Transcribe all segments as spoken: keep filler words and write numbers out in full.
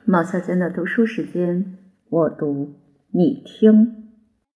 毛小娟的读书时间，我读你听。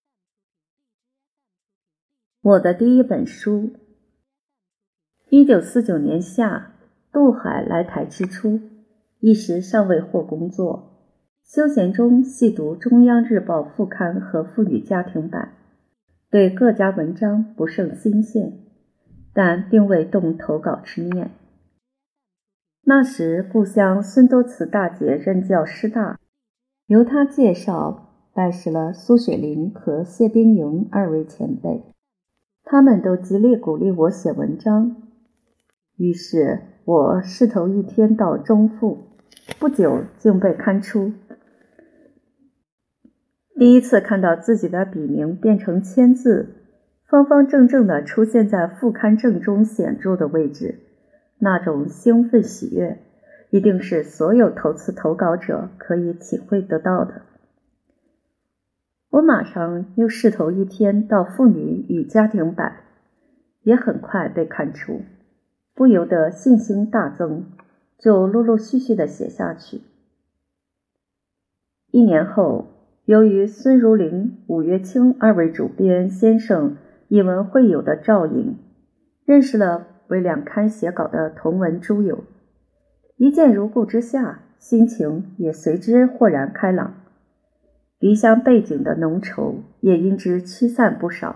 我的第一本书。一九四九年夏，杜海来台之初，一时尚未获工作，休闲中细读中央日报副刊和妇女家庭版，对各家文章不胜新鲜，但并未动投稿之念。那时故乡孙多慈大姐任教师大，由她介绍拜师了苏雪林和谢冰莹二位前辈，他们都极力鼓励我写文章，于是我势头一天到中附，不久竟被刊出。第一次看到自己的笔名变成签字，方方正正地出现在副刊正中显著的位置，那种兴奋喜悦，一定是所有头次投稿者可以体会得到的。我马上又势头一天到妇女与家庭版，也很快被刊出，不由得信心大增，就陆陆续续地写下去。一年后，由于孙如林、伍月清二位主编先生一文会友的照应，认识了为两刊写稿的同文诸友，一见如故之下，心情也随之豁然开朗，离乡背景的浓稠也因之驱散不少。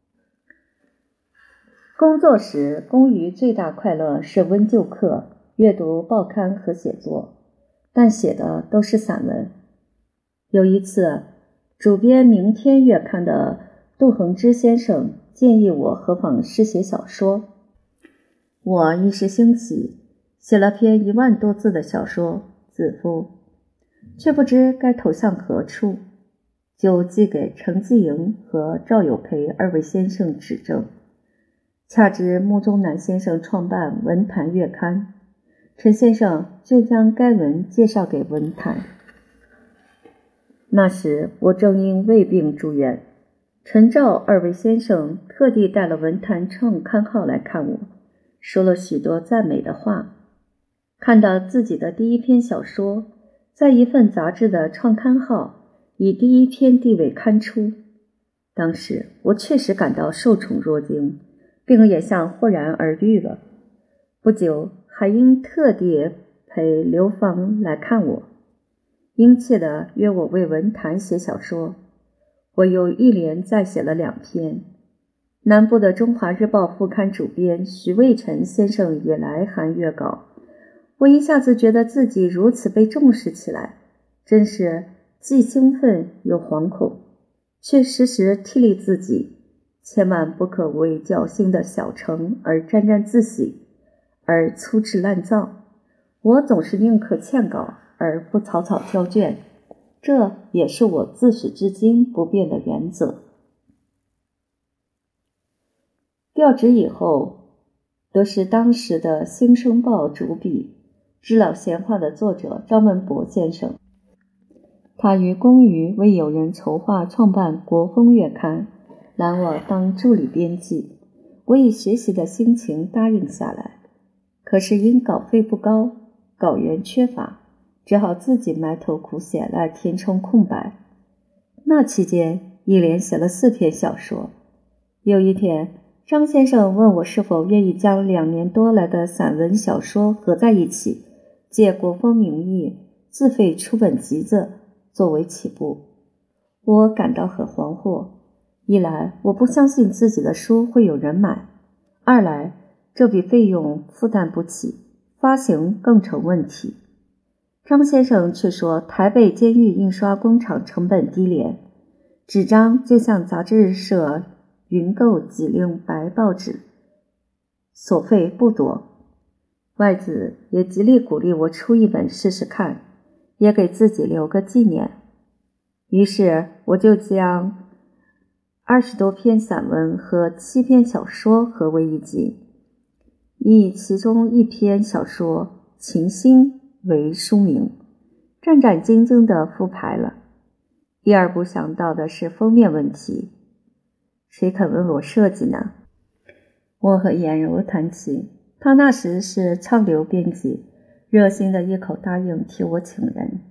工作时，工余最大快乐是温就课、阅读报刊和写作，但写的都是散文。有一次，主编《明天月刊》的杜恒之先生建议我何妨试写小说，我一时兴起，写了篇一万多字的小说《子夫》，却不知该投向何处，就寄给程继莹和赵有培二位先生指正。恰值穆宗南先生创办文坛月刊，陈先生就将该文介绍给文坛。那时我正因胃病住院，陈赵二位先生特地带了文坛创刊号来看我，说了许多赞美的话。看到自己的第一篇小说在一份杂志的创刊号以第一篇地位刊出，当时我确实感到受宠若惊，并也像豁然而愈了。不久还因特地陪刘芳来看我，殷切地约我为文坛写小说。我又一连再写了两篇。南部的中华日报副刊主编徐渭臣先生也来函阅稿，我一下子觉得自己如此被重视起来，真是既兴奋又惶恐，却时时替励自己，千万不可为侥幸的小成而沾沾自喜，而粗制滥造。我总是宁可欠稿而不草草交卷，这也是我自始至今不变的原则。调职以后，得是当时的《新生报》主笔知老闲话的作者张文博先生，他于公余为友人筹划创办《国风月刊》，揽我当助理编辑。我以学习的心情答应下来，可是因稿费不高，稿源缺乏，只好自己埋头苦写来填充空白。那期间一连写了四篇小说。有一天，张先生问我是否愿意将两年多来的散文小说合在一起，借国风名义自费出本集子作为起步。我感到很惶惑，一来我不相信自己的书会有人买，二来这笔费用负担不起，发行更成问题。张先生却说台北监狱印刷工厂成本低廉，纸张就像杂志社云购几令白报纸，所费不多。外子也极力鼓励我出一本试试看，也给自己留个纪念。于是我就将二十多篇散文和七篇小说合为一集，以其中一篇小说《情心》为书名，战战兢兢地复排了。第二步想到的是封面问题，谁肯为我设计呢？我和颜柔谈起，他那时是畅流编辑，热心的一口答应替我请人。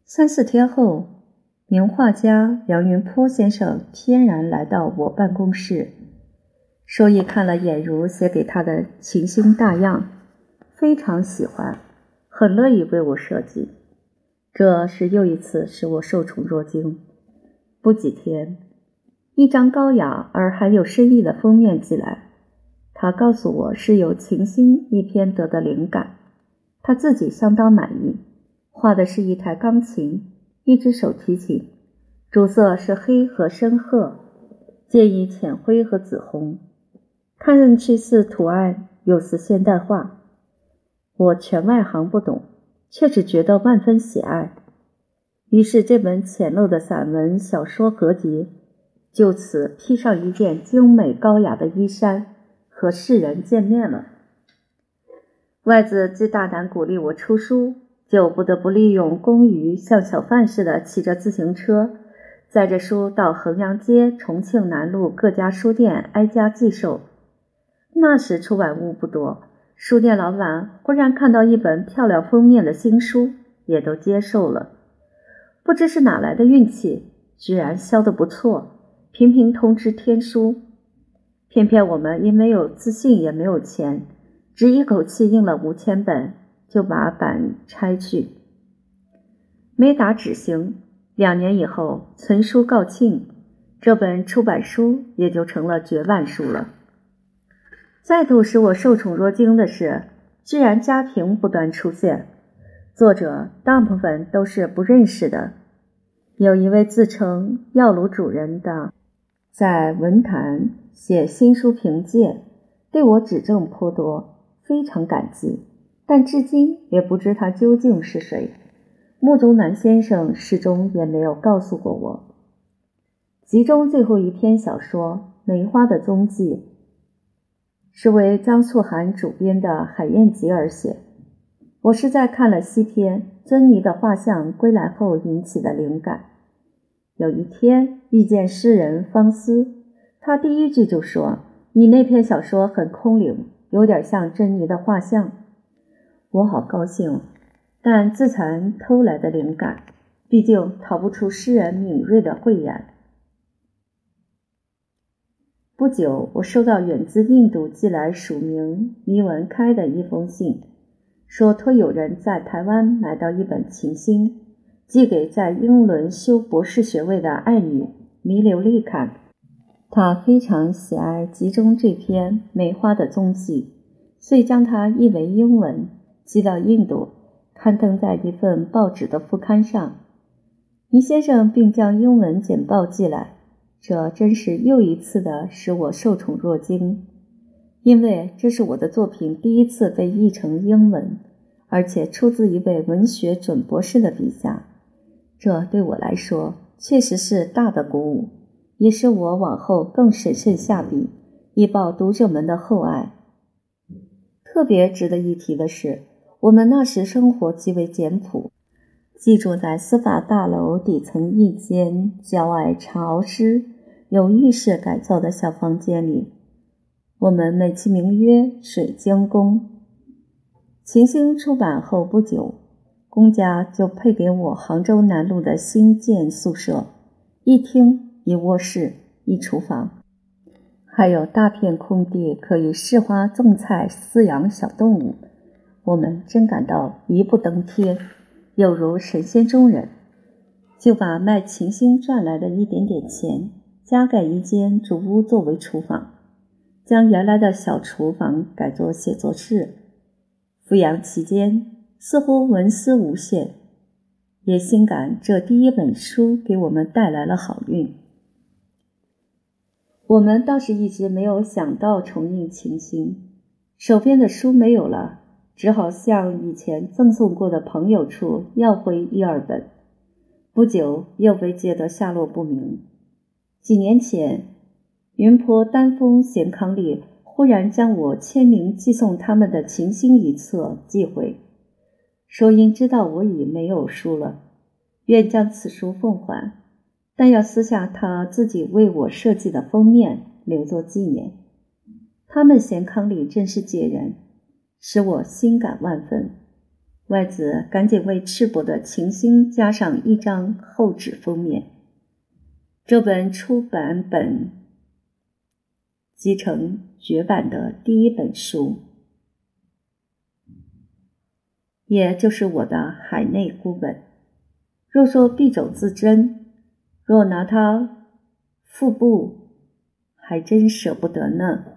三四天后，名画家梁云坡先生翩然来到我办公室，说一看了眼如写给他的琴星大样，非常喜欢，很乐意为我设计。这是又一次使我受宠若惊。不几天，一张高雅而还有深意的封面寄来，他告诉我是由琴星一篇得的灵感，他自己相当满意，画的是一台钢琴，一只手提琴，主色是黑和深褐，介以浅灰和紫红，看上去似图案，又似现代画。我全外行不懂，却只觉得万分喜爱。于是这本浅陋的散文小说合集就此披上一件精美高雅的衣衫，和世人见面了。外子既大胆鼓励我出书，就不得不利用公余像小贩似的骑着自行车，载着书到衡阳街、重庆南路各家书店挨家寄售。那时出版物不多，书店老板忽然看到一本漂亮封面的新书，也都接受了。不知是哪来的运气，居然销得不错，频频通知添书。偏偏我们因没有自信也没有钱，只一口气印了五千本，就把版拆去。没打止行，两年以后存书告罄，这本出版书也就成了绝版书了。再度使我受宠若惊的是，居然家评不断出现，作者大部分都是不认识的。有一位自称药炉主人的，在文坛写新书评介，对我指正颇多，非常感激，但至今也不知他究竟是谁。穆宗南先生始终也没有告诉过我。集中最后一篇小说《梅花的踪迹》是为张素涵主编的《海燕集》而写，我是在看了西篇珍妮的画像归来后引起的灵感。有一天遇见诗人方思，他第一句就说：“你那篇小说很空灵，有点像珍妮的画像。”我好高兴，但自惭偷来的灵感，毕竟逃不出诗人敏锐的慧眼。不久，我收到远自印度寄来署名倪文开的一封信，说托有人在台湾买到一本琴星，寄给在英伦修博士学位的爱女弥留丽看。他非常喜爱集中这篇《梅花的踪迹》，遂将它译为英文，寄到印度，刊登在一份报纸的副刊上。倪先生并将英文简报寄来，这真是又一次的使我受宠若惊，因为这是我的作品第一次被译成英文，而且出自一位文学准博士的笔下。这对我来说确实是大的鼓舞，也使我往后更审慎下笔，以报读者们的厚爱。特别值得一提的是，我们那时生活极为简朴，寄住在司法大楼底层一间较矮潮湿、有浴室改造的小房间里，我们美其名曰水晶宫。琴星出版后不久，公家就配给我杭州南路的新建宿舍，一厅一卧室一厨房，还有大片空地可以试花种菜饲养小动物。我们真感到一步登天，有如神仙中人，就把卖琴星赚来的一点点钱加盖一间主屋作为厨房，将原来的小厨房改作写作室。富养期间似乎文思无限，也心感这第一本书给我们带来了好运。我们倒是一直没有想到重印琴星，手边的书没有了，只好向以前赠送过的朋友处要回一二本，不久又被借得下落不明。几年前，云坡丹峰贤康里忽然将我签名寄送他们的琴星一册寄回，说因知道我已没有书了，愿将此书奉还，但要撕下他自己为我设计的封面留作纪念。他们贤康里真是介人，使我心感万分。 外子赶紧为赤膊的晴星加上一张厚纸封面。这本出版本即成绝版的第一本书，也就是我的海内孤本。若说敝帚自珍，若拿它副部，还真舍不得呢。